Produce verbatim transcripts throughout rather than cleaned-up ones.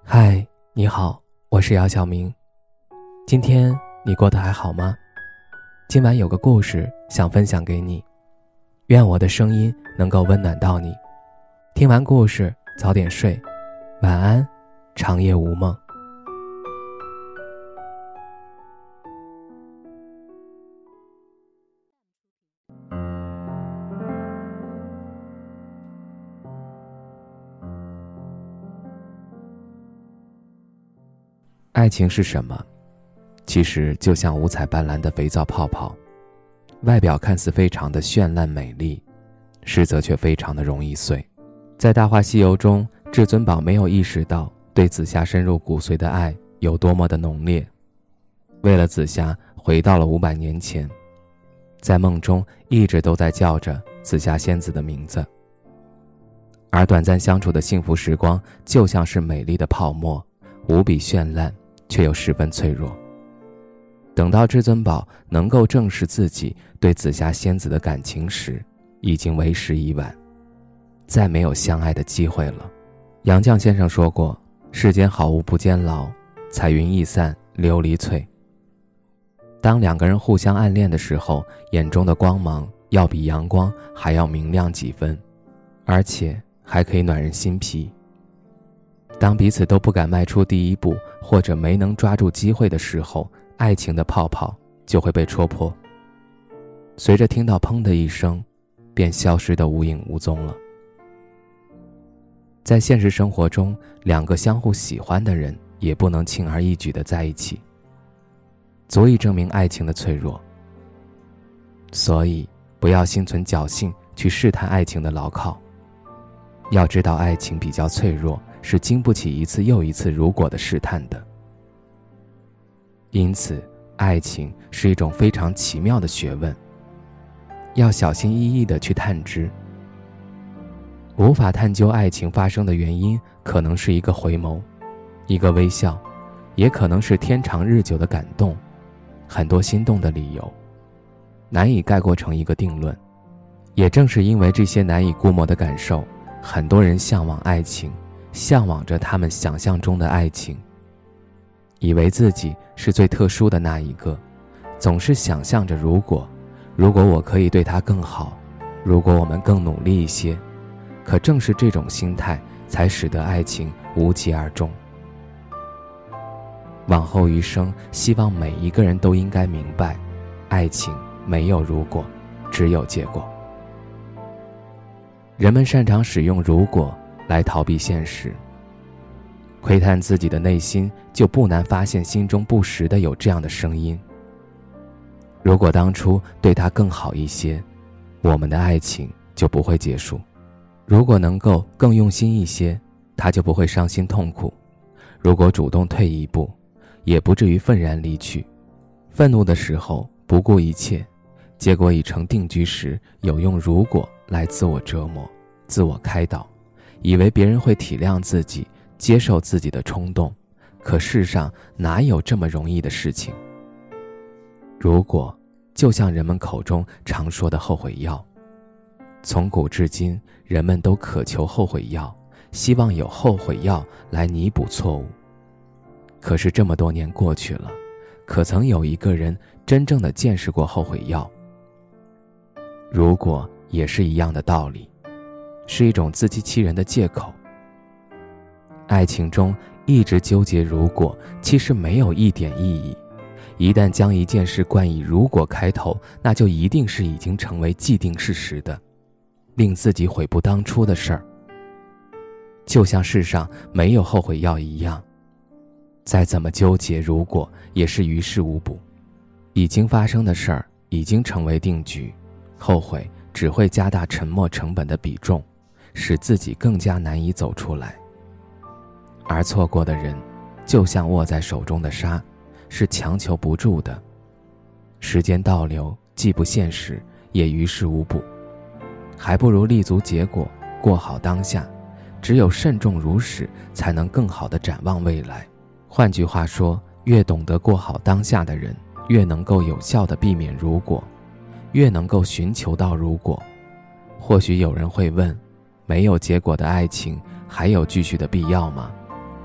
嗨，你好，我是姚晓明。今天你过得还好吗？今晚有个故事想分享给你，愿我的声音能够温暖到你。听完故事早点睡，晚安，长夜无梦。爱情是什么？其实就像五彩斑斓的肥皂泡泡，外表看似非常的绚烂美丽，实则却非常的容易碎。在《大话西游》中，至尊宝没有意识到对紫霞深入骨髓的爱有多么的浓烈，为了紫霞回到了五百年前，在梦中一直都在叫着紫霞仙子的名字。而短暂相处的幸福时光就像是美丽的泡沫，无比绚烂，却又十分脆弱。等到至尊宝能够正视自己对紫霞仙子的感情时，已经为时已晚，再没有相爱的机会了。杨绛先生说过，世间好物不坚牢，彩云易散琉璃脆。当两个人互相暗恋的时候，眼中的光芒要比阳光还要明亮几分，而且还可以暖人心脾。当彼此都不敢迈出第一步，或者没能抓住机会的时候，爱情的泡泡就会被戳破，随着听到砰的一声，便消失得无影无踪了。在现实生活中，两个相互喜欢的人也不能轻而易举地在一起，足以证明爱情的脆弱。所以不要心存侥幸去试探爱情的牢靠，要知道爱情比较脆弱，是经不起一次又一次如果的试探的。因此，爱情是一种非常奇妙的学问，要小心翼翼地去探知。无法探究爱情发生的原因，可能是一个回眸，一个微笑，也可能是天长日久的感动，很多心动的理由，难以概括成一个定论。也正是因为这些难以估摸的感受，很多人向往爱情，向往着他们想象中的爱情，以为自己是最特殊的那一个，总是想象着如果如果我可以对他更好，如果我们更努力一些。可正是这种心态，才使得爱情无疾而终。往后余生，希望每一个人都应该明白，爱情没有如果，只有结果。人们擅长使用如果来逃避现实，窥探自己的内心，就不难发现心中不时的有这样的声音：如果当初对他更好一些，我们的爱情就不会结束；如果能够更用心一些，他就不会伤心痛苦；如果主动退一步，也不至于愤然离去。愤怒的时候不顾一切，结果已成定局时，有用如果来自我折磨，自我开导，以为别人会体谅自己，接受自己的冲动，可世上哪有这么容易的事情？如果就像人们口中常说的后悔药，从古至今，人们都渴求后悔药，希望有后悔药来弥补错误。可是这么多年过去了，可曾有一个人真正的见识过后悔药？如果也是一样的道理，是一种自欺欺人的借口。爱情中一直纠结如果，其实没有一点意义。一旦将一件事冠以如果开头，那就一定是已经成为既定事实的，令自己悔不当初的事儿。就像世上没有后悔药一样，再怎么纠结如果也是于事无补。已经发生的事儿已经成为定局，后悔只会加大沉没成本的比重，使自己更加难以走出来。而错过的人，就像握在手中的沙，是强求不住的。时间倒流，既不现实，也于事无补，还不如立足结果，过好当下。只有慎重如始，才能更好地展望未来。换句话说，越懂得过好当下的人，越能够有效地避免如果，越能够寻求到如果。或许有人会问，没有结果的爱情还有继续的必要吗？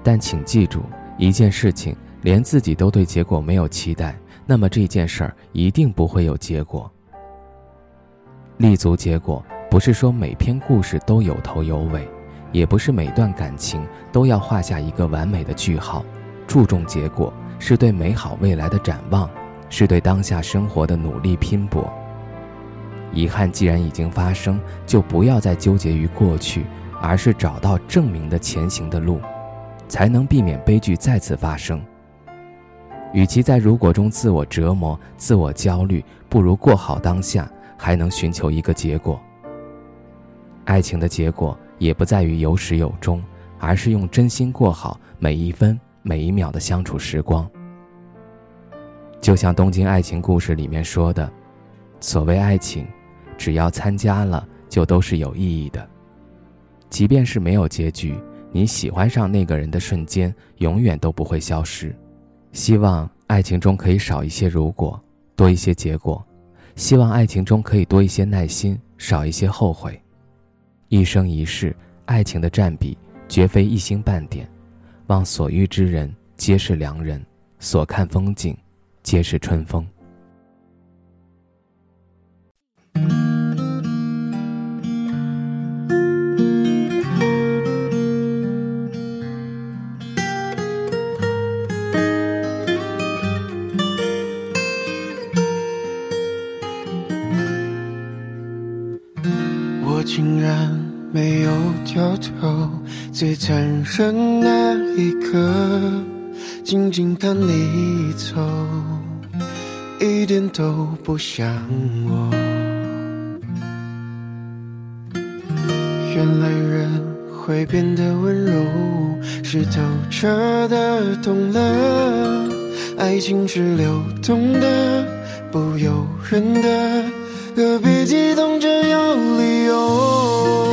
但请记住，一件事情连自己都对结果没有期待，那么这件事儿一定不会有结果。立足结果，不是说每篇故事都有头有尾，也不是每段感情都要画下一个完美的句号。注重结果，是对美好未来的展望，是对当下生活的努力拼搏。遗憾既然已经发生，就不要再纠结于过去，而是找到证明的前行的路，才能避免悲剧再次发生。与其在如果中自我折磨、自我焦虑，不如过好当下，还能寻求一个结果。爱情的结果也不在于有始有终，而是用真心过好每一分每一秒的相处时光。就像《东京爱情故事》里面说的，所谓爱情，只要参加了，就都是有意义的。即便是没有结局，你喜欢上那个人的瞬间，永远都不会消失。希望爱情中可以少一些如果，多一些结果。希望爱情中可以多一些耐心，少一些后悔。一生一世，爱情的占比绝非一星半点。望所遇之人皆是良人，所看风景皆是春风。 我竟然没有掉头，最残忍那一刻，静静看你走，一点都不像我。原来人会变得温柔，是透彻的懂了，爱情是流动的，不由人的，何必激动着有理由？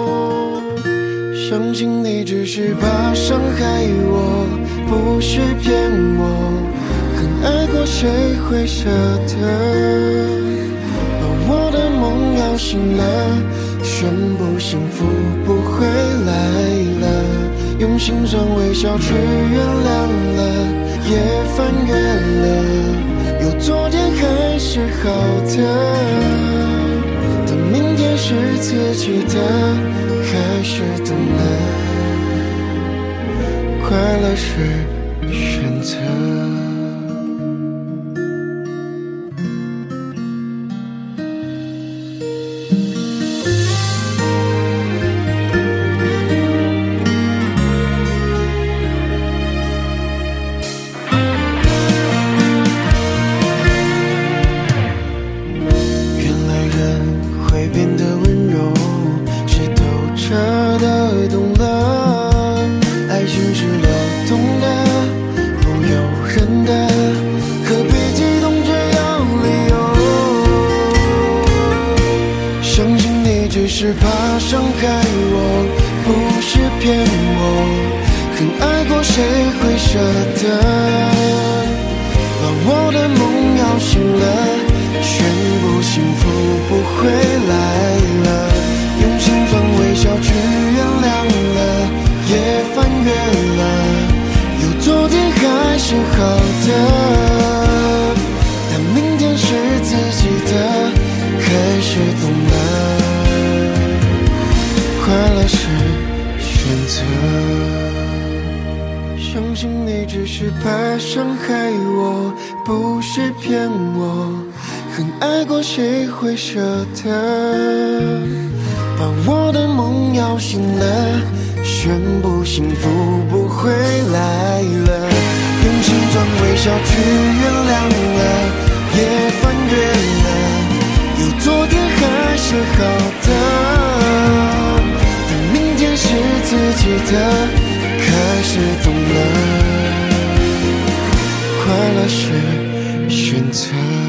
相信你只是怕伤害我，不是骗我。很爱过，谁会舍得把我的梦摇醒了，宣布幸福不会来了，用心酸微笑去原谅了，也翻越了，有昨天还是好的，但明天是自己的，开始懂了，快乐是选择。只是怕伤害我，不是骗我。很爱过，谁会舍得把我的梦摇醒了，宣布幸福不会来了，用心酸微笑去原谅了，也翻越了，有昨天还是好的，但明天是自己的，开始懂了，快乐是选择。相信你只是怕伤害我，不是骗我。很爱过，谁会舍得把我的梦摇醒了，宣布幸福不会来了，用心酸微笑去原谅了，也翻越了，有昨天还是好的，是自己的，开始懂了，快乐是选择。